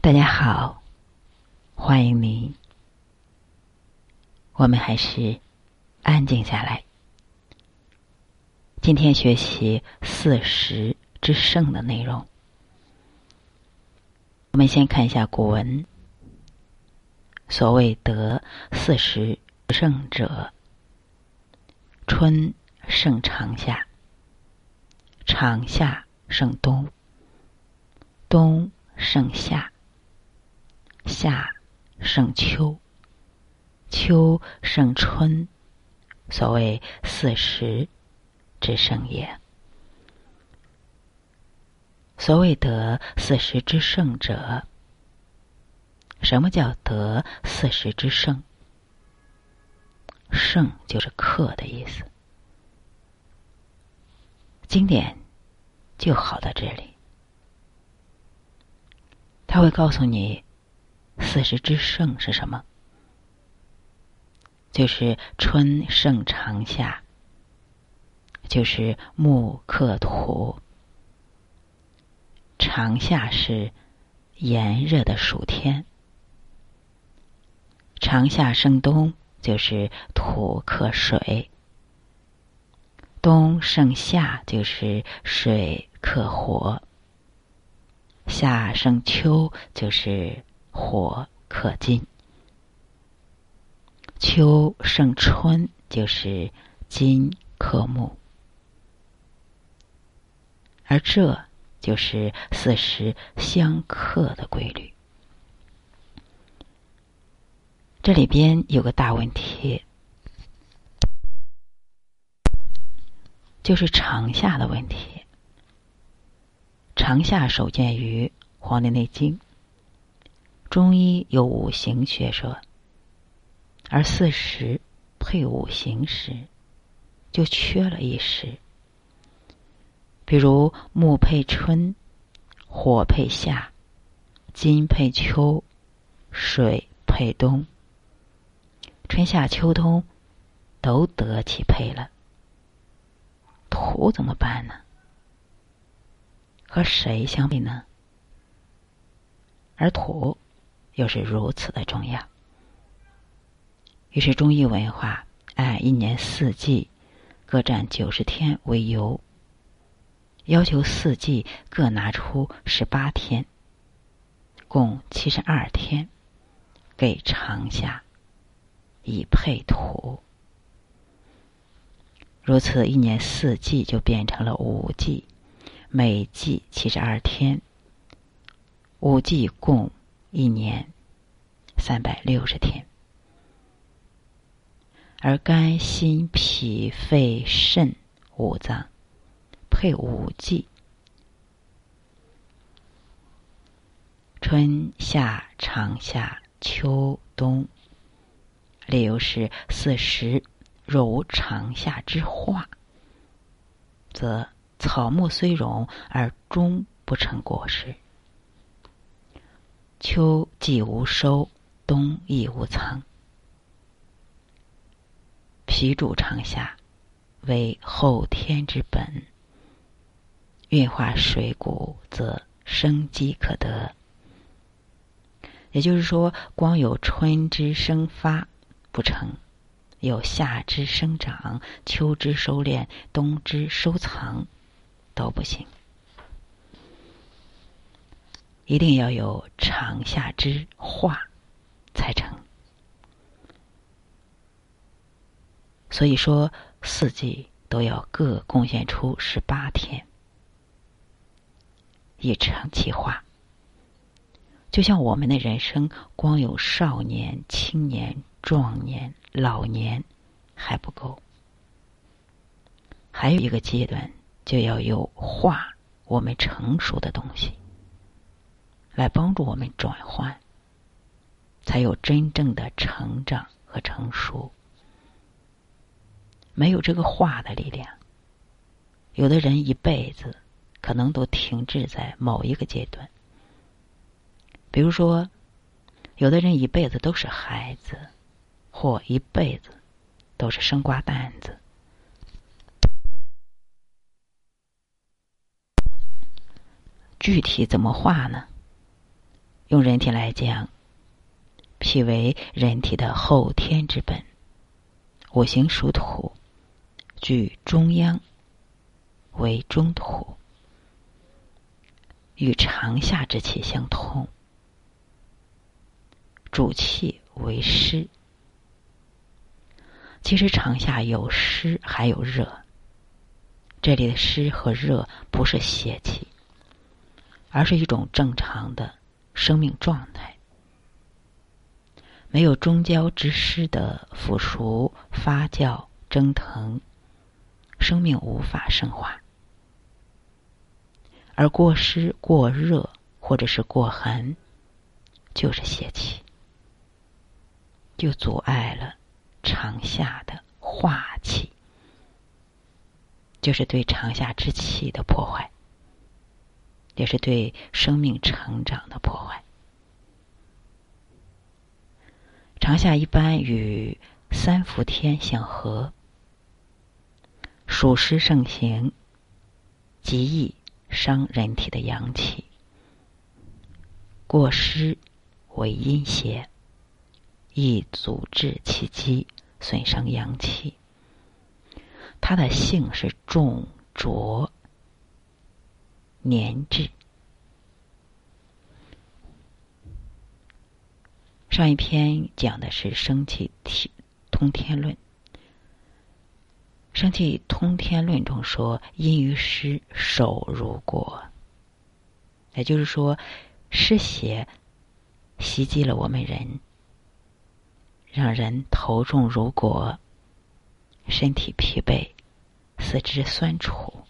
大家好，欢迎您。我们还是安静下来。今天学习四时之盛的内容。我们先看一下古文。所谓得四时盛者，春盛长夏，长夏盛冬，冬盛夏，夏盛秋，秋盛春，所谓四时之盛也。所谓得四时之盛者，什么叫得四时之盛？盛就是克的意思。经典就好到这里，他会告诉你四时之盛是什么，就是春盛长夏，就是木克土，长夏是炎热的暑天，长夏盛冬就是土克水，冬盛夏就是水克火，夏盛秋就是火克金，秋盛春就是金克木，而这就是四时相克的规律。这里边有个大问题，就是长夏的问题。长夏首见于《黄帝内经》，中医有五行学说，而四时配五行时，就缺了一时。比如木配春，火配夏，金配秋，水配冬，春夏秋冬都得其配了，土怎么办呢？和谁相比呢？而土又是如此的重要。于是中医文化按一年四季各占90天为由，要求四季各拿出18天，共72天给长夏，以配土。如此一年四季就变成了5季，每季72天，5季共一年360天。而肝心脾肺肾五脏配5季，春夏长夏秋冬，理由是四时若无长夏之化，则草木虽荣而终不成果实。秋既无收，冬亦无藏。脾主长夏，为后天之本，运化水谷，则生机可得。也就是说，光有春之生发不成，有夏之生长，秋之收敛，冬之收藏都不行，一定要有长夏之化才成。所以说四季都要各贡献出18天，以成其化。就像我们的人生光有少年、青年、壮年、老年还不够，还有一个阶段就要有化我们成熟的东西，来帮助我们转换，才有真正的成长和成熟。没有这个化的力量，有的人一辈子可能都停滞在某一个阶段。比如说，有的人一辈子都是孩子，或一辈子都是生瓜蛋子。具体怎么化呢？ 用人体来讲，脾为人体的后天之本，五行属土，居中央，为中土，与长夏之气相通，主气为湿。其实长夏有湿还有热，这里的湿和热不是邪气，而是一种正常的生命状态。没有中焦之湿的腐熟、发酵、蒸腾，生命无法生化。而过湿、过热或者是过寒，就是邪气，就阻碍了长夏的化气，就是对长夏之气的破坏，也是对生命成长的破坏。长夏一般与三伏天相合，暑湿盛行，极易伤人体的阳气。过湿为阴邪，易阻滞气机，损伤阳气。它的性是重浊粘滞。上一篇讲的是生气通天论，生气通天论中说，阴于湿，守如裹。也就是说，湿邪袭击了我们人，让人头重如裹，身体疲惫，四肢酸楚。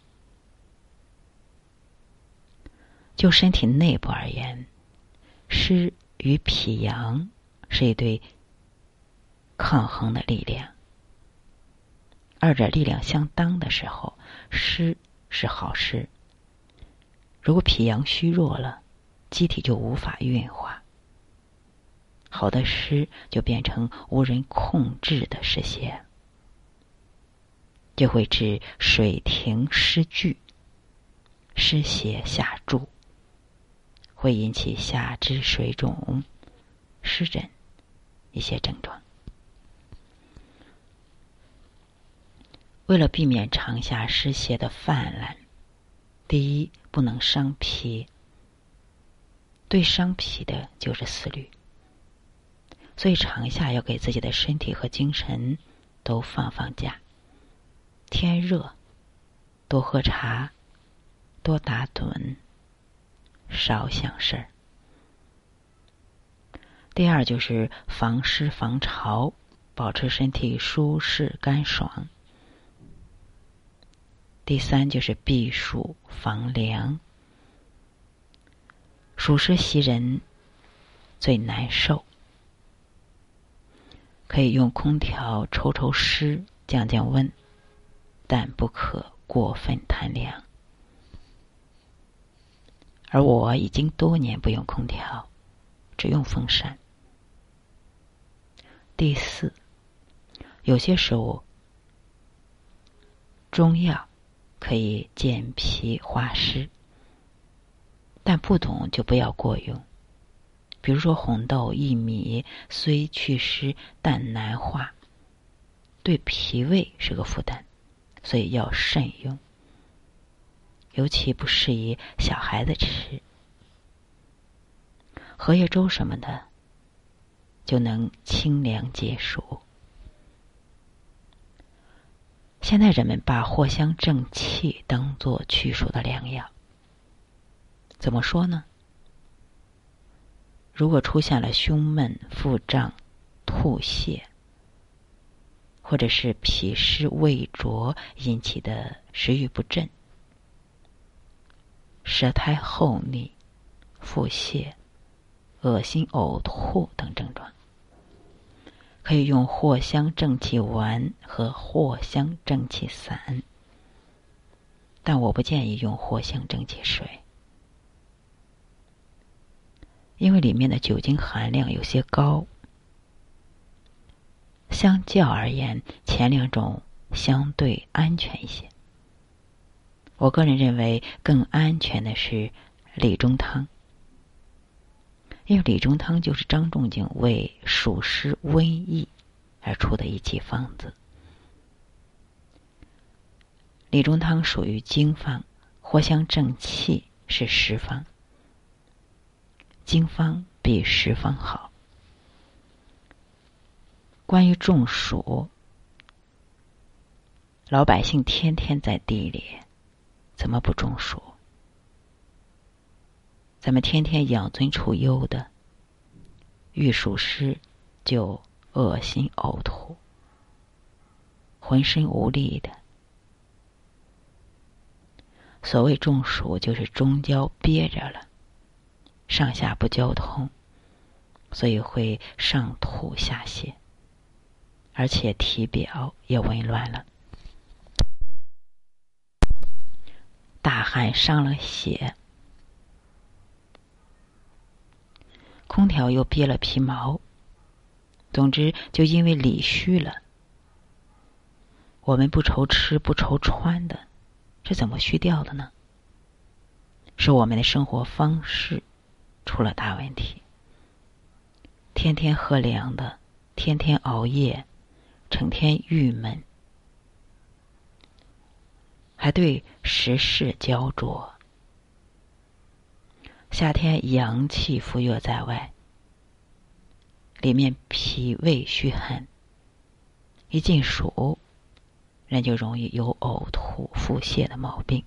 就身体内部而言，湿与脾阳是一对抗衡的力量，二者力量相当的时候，湿是好湿。如果脾阳虚弱了，机体就无法运化，好的湿就变成无人控制的湿邪，就会致水停湿聚，湿邪下注，会引起下肢水肿、湿疹一些症状。为了避免长夏湿邪的泛滥，第一，不能伤脾，对伤脾的就是思虑。所以长夏要给自己的身体和精神都放假。天热，多喝茶，多打盹，少想事儿。第二就是防湿防潮，保持身体舒适干爽。第三就是避暑防凉。暑湿袭人最难受，可以用空调抽湿降温，但不可过分贪凉。而我已经多年不用空调，只用风扇。第四，有些时候中药可以健脾化湿，但不懂就不要过用。比如说红豆、薏米虽祛湿但难化，对脾胃是个负担，所以要慎用，尤其不适宜小孩子吃。荷叶粥什么的就能清凉解暑。现在人们把藿香正气当作祛暑的良药。怎么说呢？如果出现了胸闷、腹胀、吐泻，或者是脾湿胃浊引起的食欲不振、舌苔厚腻、腹泻、恶心呕吐等症状，可以用藿香正气丸和藿香正气散，但我不建议用藿香正气水，因为里面的酒精含量有些高。相较而言，前两种相对安全一些。我个人认为更安全的是理中汤， 因为理中汤就是张仲景为暑湿瘟疫而出的一剂方子。理中汤属于经方，藿香正气是实方，经方比实方好。关于中暑，老百姓天天在地里，怎么不中暑？咱们天天养尊处优的，遇暑湿就恶心呕吐，浑身无力的。所谓中暑，就是中焦憋着了，上下不交通，所以会上吐下泻，而且体表也紊乱了。大汗伤了血，空调又憋了皮毛，总之就因为里虚了。我们不愁吃不愁穿的，是怎么虚掉的呢？是我们的生活方式出了大问题。天天喝凉的，天天熬夜，成天郁闷，还对时事焦灼。夏天阳气浮越在外，里面脾胃虚寒，一进暑，人就容易有呕吐腹泻的毛病。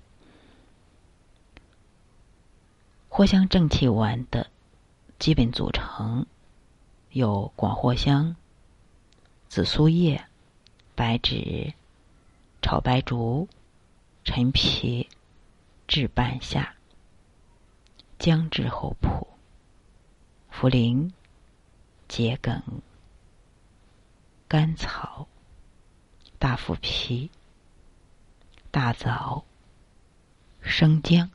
藿香正气丸的基本组成有广藿香、紫苏叶、白芷、炒白术、陈皮、炙半夏、姜至厚朴、茯苓、桔梗、甘草、大腹皮、大枣、生姜。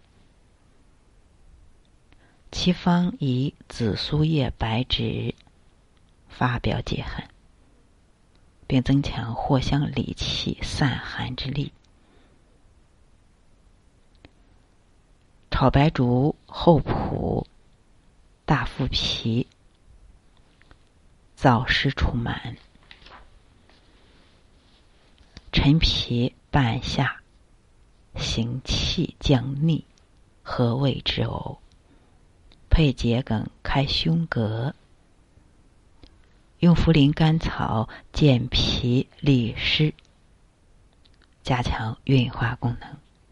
其方以紫苏叶、白芷发表解寒，并增强藿香理气散寒之力。炒白术、厚朴、大腹皮燥湿除螨，陈皮、半夏行气降逆，和胃之呕，配桔梗开胸膈，用茯苓、甘草健脾利湿，加强运化功能。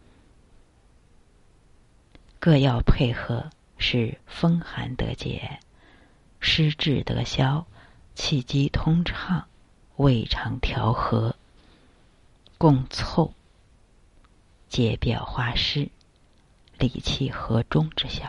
各药配合是风寒得解，湿滞得消，气机通畅，胃肠调和，共凑解表化湿，理气和中之效。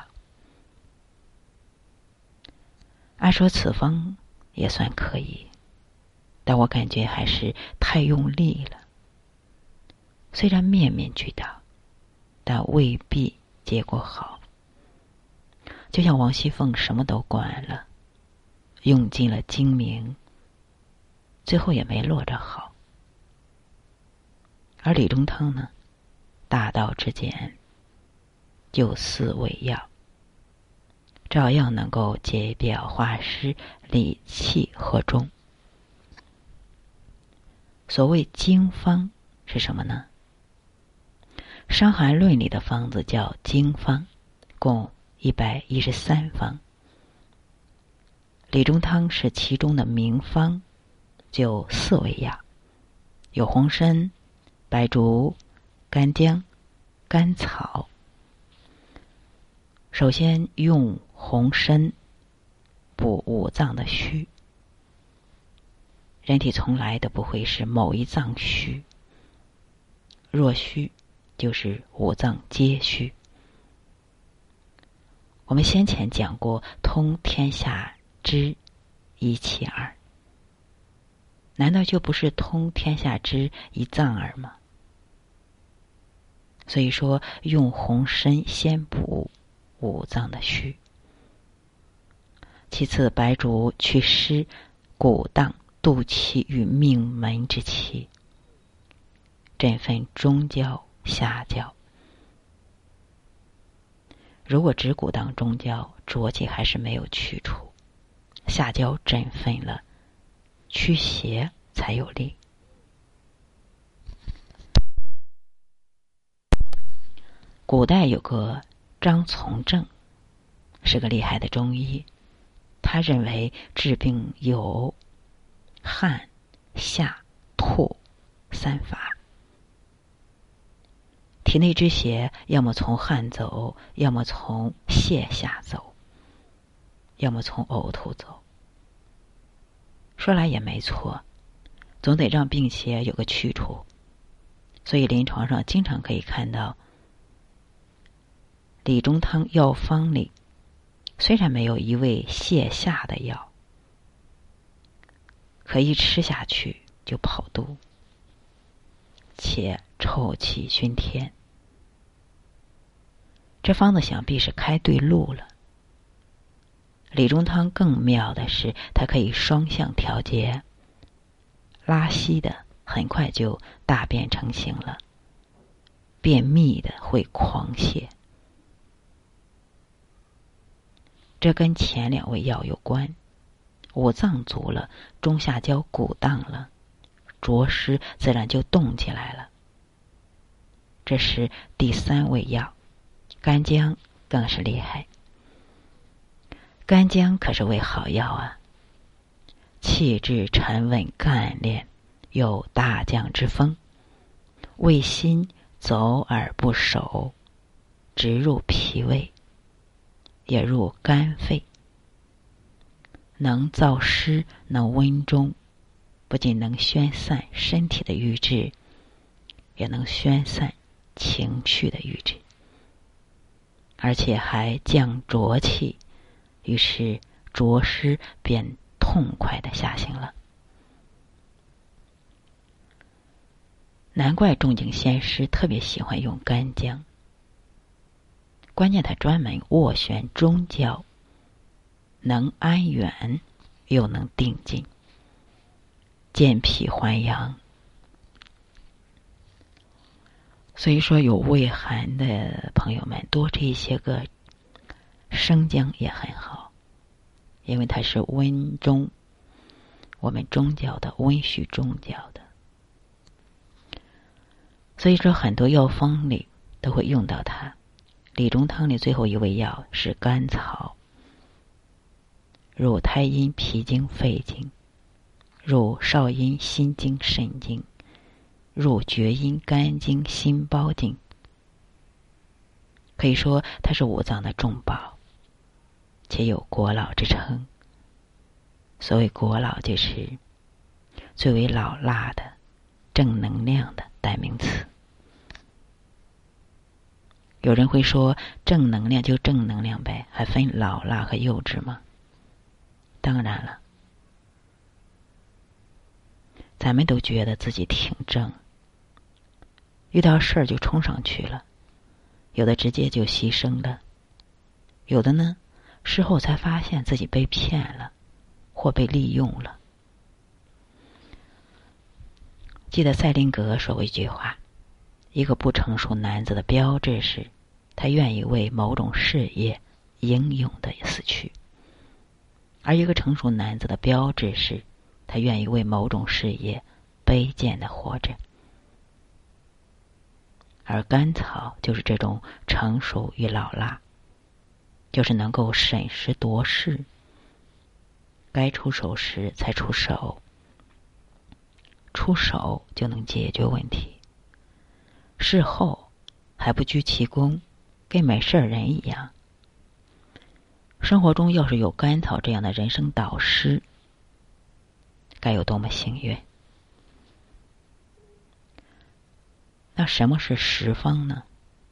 按说此方也算可以，但我感觉还是太用力了。虽然面面俱到，但未必结果好。就像王熙凤什么都管了，用尽了精明，最后也没落着好。而理中汤呢，大道至简，就似为药，照样能够解表化湿，理气和中。所谓经方是什么呢？《伤寒论》里的方子叫经方，共113方。理中汤是其中的名方，就4味药，有红参、白术、干姜、甘草。首先用红参补五脏的虚。人体从来都不会是某一脏虚，若虚就是五脏皆虚。我们先前讲过通天下之一气耳，难道就不是通天下之一脏耳吗？所以说用红参先补五脏的虚。其次白术祛湿鼓荡肚脐与命门之气，振奋中焦下焦。 如果只鼓荡中焦，浊气还是没有去除，下焦振奋了，驱邪才有力。古代有个张从正，是个厉害的中医，他认为治病有汗、下、吐三法。体内之邪要么从汗走，要么从泻下走，要么从呕吐走。说来也没错，总得让病邪有个去处。所以临床上经常可以看到理中汤药方里虽然没有一味泻下的药，可一吃下去就跑肚，且臭气熏天。这方子想必是开对路了。理中汤更妙的是，它可以双向调节，拉稀的很快就大便成型了，便秘的会狂泻。这跟前两味药有关，五脏足了，中下焦鼓荡了，浊湿自然就动起来了。这是第三味药，干姜更是厉害。干姜可是味好药啊，气质沉稳干练，有大将之风，味辛走而不守，直入脾胃，也入肝肺，能燥湿，能温中，不仅能宣散身体的瘀滞，也能宣散情绪的瘀滞，而且还降浊气，于是浊湿便痛快地下行了。难怪仲景先师特别喜欢用干姜，关键他专门斡旋中焦，能安远又能定静，健脾还阳。所以说有胃寒的朋友们多吃一些个生姜也很好，因为它是温中，我们中焦的温煦中焦的。所以说很多药方里都会用到它。理中汤里最后一味药是甘草，入太阴脾经肺经，入少阴心经肾经，入厥阴肝经心包经。可以说它是五脏的重宝，且有国老之称。所谓国老，就是最为老辣的正能量的代名词。有人会说正能量就正能量呗，还分老辣和幼稚吗？当然了，咱们都觉得自己挺正，遇到事儿就冲上去了，有的直接就牺牲了，有的呢事后才发现自己被骗了或被利用了。记得赛林格说过一句话，一个不成熟男子的标志是他愿意为某种事业英勇的死去，而一个成熟男子的标志是他愿意为某种事业卑贱的活着。而甘草就是这种成熟与老辣，就是能够审时度势，该出手时才出手，出手就能解决问题，事后还不居其功，跟没事人一样。生活中要是有甘草这样的人生导师，该有多么幸运。那什么是食方呢？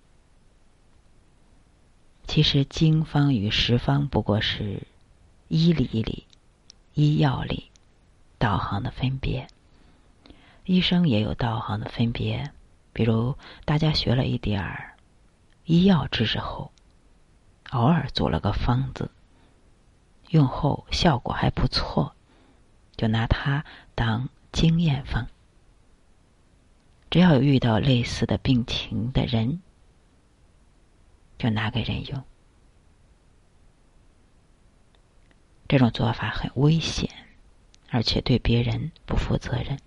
其实经方与食方不过是医理里、医药里道行的分别。医生也有道行的分别，比如大家学了一点儿医药知识后，偶尔做了个方子，用后效果还不错，就拿它当经验方。只要有遇到类似的病情的人，就拿给人用， 这种做法很危险，而且对别人不负责任。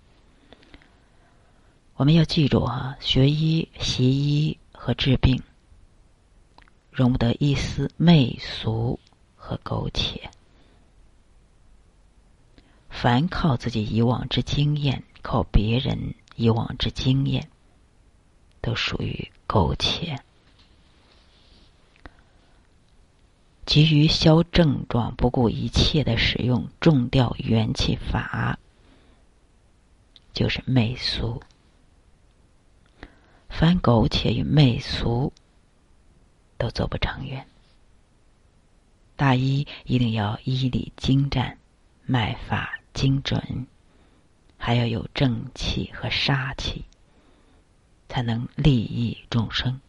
我们要记住学医、习医和治病，容不得一丝媚俗和苟且。凡靠自己以往之经验，靠别人以往之经验，都属于苟且。急于消症状，不顾一切的使用重调元气法，就是媚俗。凡苟且与媚俗，都走不长远。大医一定要医理精湛，脉法精准，还要有正气和杀气，才能利益众生。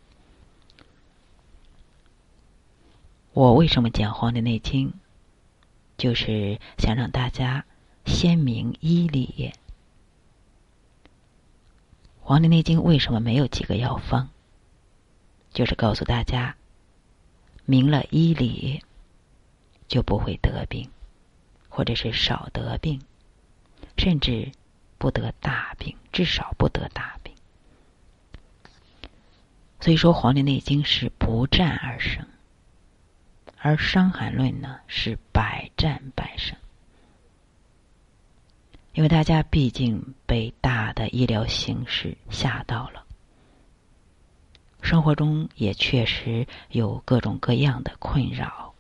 我为什么讲《黄帝内经》，就是想让大家先明医理。《黄帝内经》为什么没有几个药方，就是告诉大家，明了医理，就不会得病，或者是少得病，甚至不得大病，至少不得大病。所以说，《黄帝内经》是不战而胜，而《伤寒论》呢是百战百胜。因为大家毕竟被大的医疗形势吓到了，生活中也确实有各种各样的困扰，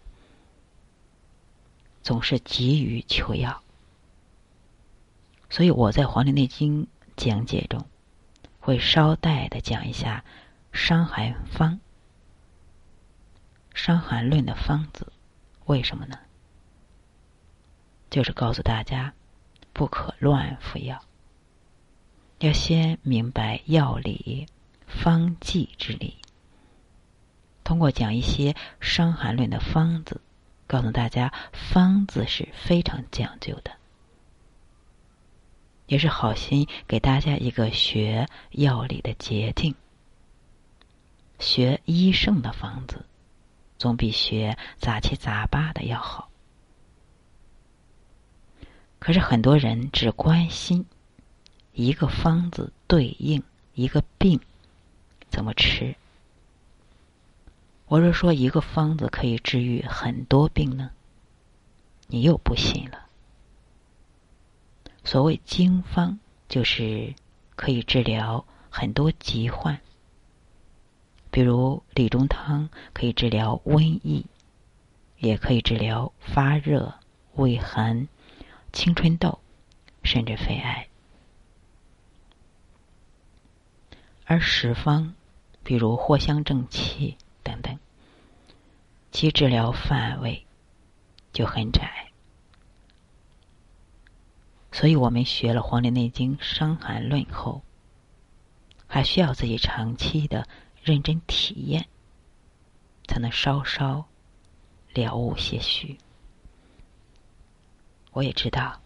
总是急于求药。所以我在《黄帝内经》讲解中会捎带的讲一下伤寒方、伤寒论的方子。为什么呢？就是告诉大家不可乱服药，要先明白药理、方剂之理。通过讲一些伤寒论的方子，告诉大家方子是非常讲究的，也是好心给大家一个学药理的捷径。学医圣的方子，总比学杂七杂八的要好。可是很多人只关心一个方子对应一个病怎么吃。我是说一个方子可以治愈很多病呢，你又不信了。所谓经方，就是可以治疗很多疾患，比如理中汤可以治疗瘟疫，也可以治疗发热、胃寒、青春痘，甚至肺癌。而实方，比如藿香正气等等，其治疗范围就很窄。所以我们学了《黄帝内经》《伤寒论》后，还需要自己长期的认真体验，才能稍稍了悟些许。我也知道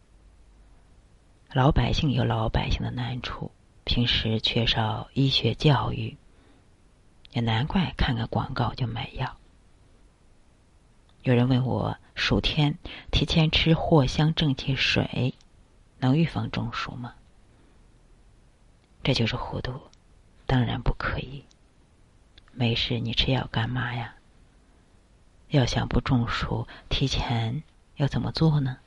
老百姓有老百姓的难处，平时缺少医学教育，也难怪看看广告就买药。有人问我，暑天提前吃藿香正气水能预防中暑吗？这就是糊涂，当然不可以。没事你吃药干嘛呀？要想不中暑，提前要怎么做呢？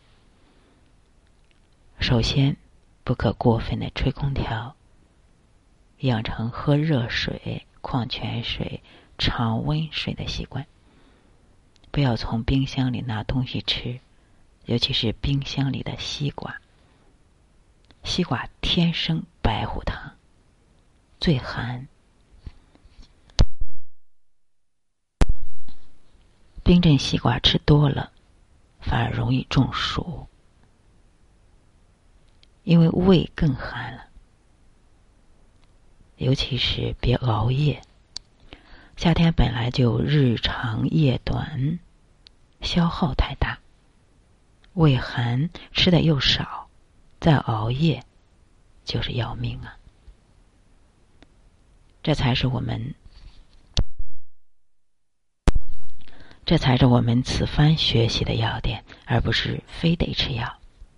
首先，不可过分的吹空调，养成喝热水、矿泉水、常温水的习惯。不要从冰箱里拿东西吃，尤其是冰箱里的西瓜。西瓜天生白虎汤，最寒。冰镇西瓜吃多了，反而容易中暑，因为胃更寒了。尤其是别熬夜，夏天本来就日长夜短，消耗太大，胃寒吃的又少，再熬夜就是要命啊！这才是我们这才是我们此番学习的要点，而不是非得吃药。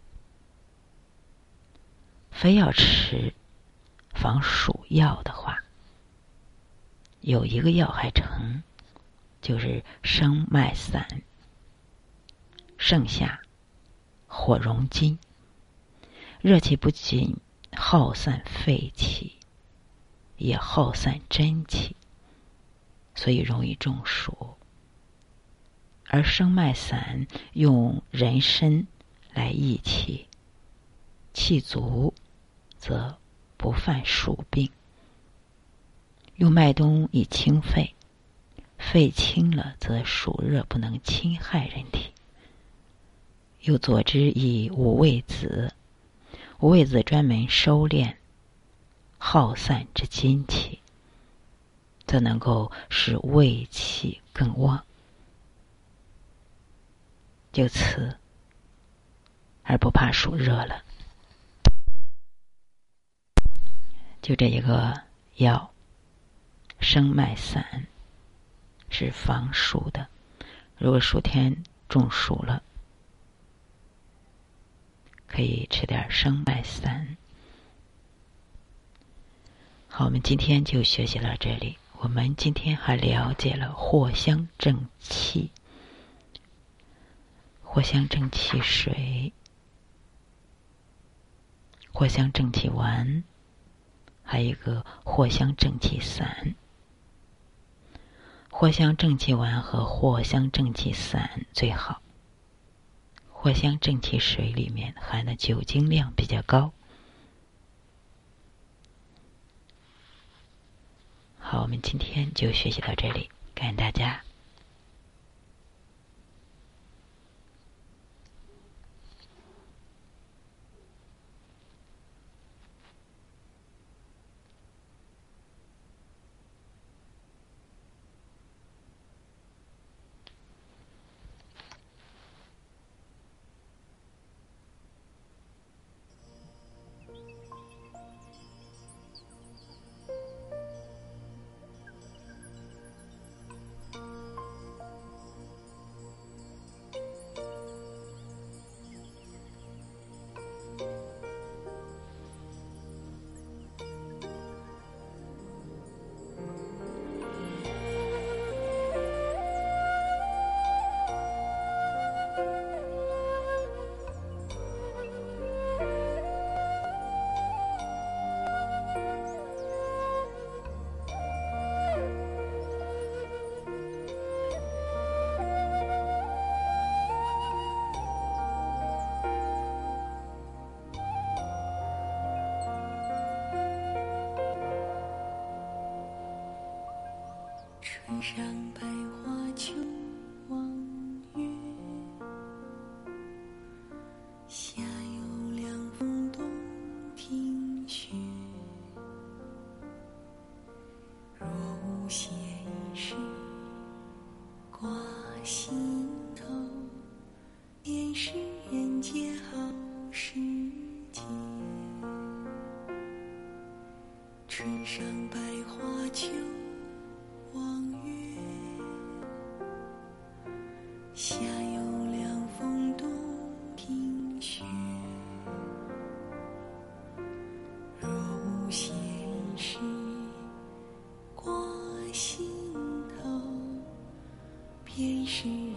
非要吃防暑药的话，有一个药还成，就是生脉散，盛夏火溶筋，热气不仅耗散肺气，也耗散真气，所以容易中暑。而生脉散用人参来益气，气足则不犯暑病。用麦冬以清肺，肺清了则暑热不能侵害人体。又佐之以五味子，五味子专门收敛耗散之精气，则能够使胃气更旺，就此而不怕暑热了。就这一个药生脉散是防暑的，如果暑天中暑了，可以吃点生脉散。好，我们今天就学习到这里。我们今天还了解了藿香正气，藿香正气水、藿香正气丸，还有一个藿香正气散。藿香正气丸和藿香正气散最好，藿香正气水里面含的酒精量比较高。好，我们今天就学习到这里，感谢大家。 春上百花秋望月，夏有凉风冬听雪。若无闲事挂心头，便是人间好时节。春上百花秋望月，夏有凉风冬听雪。若无闲事挂心头，便是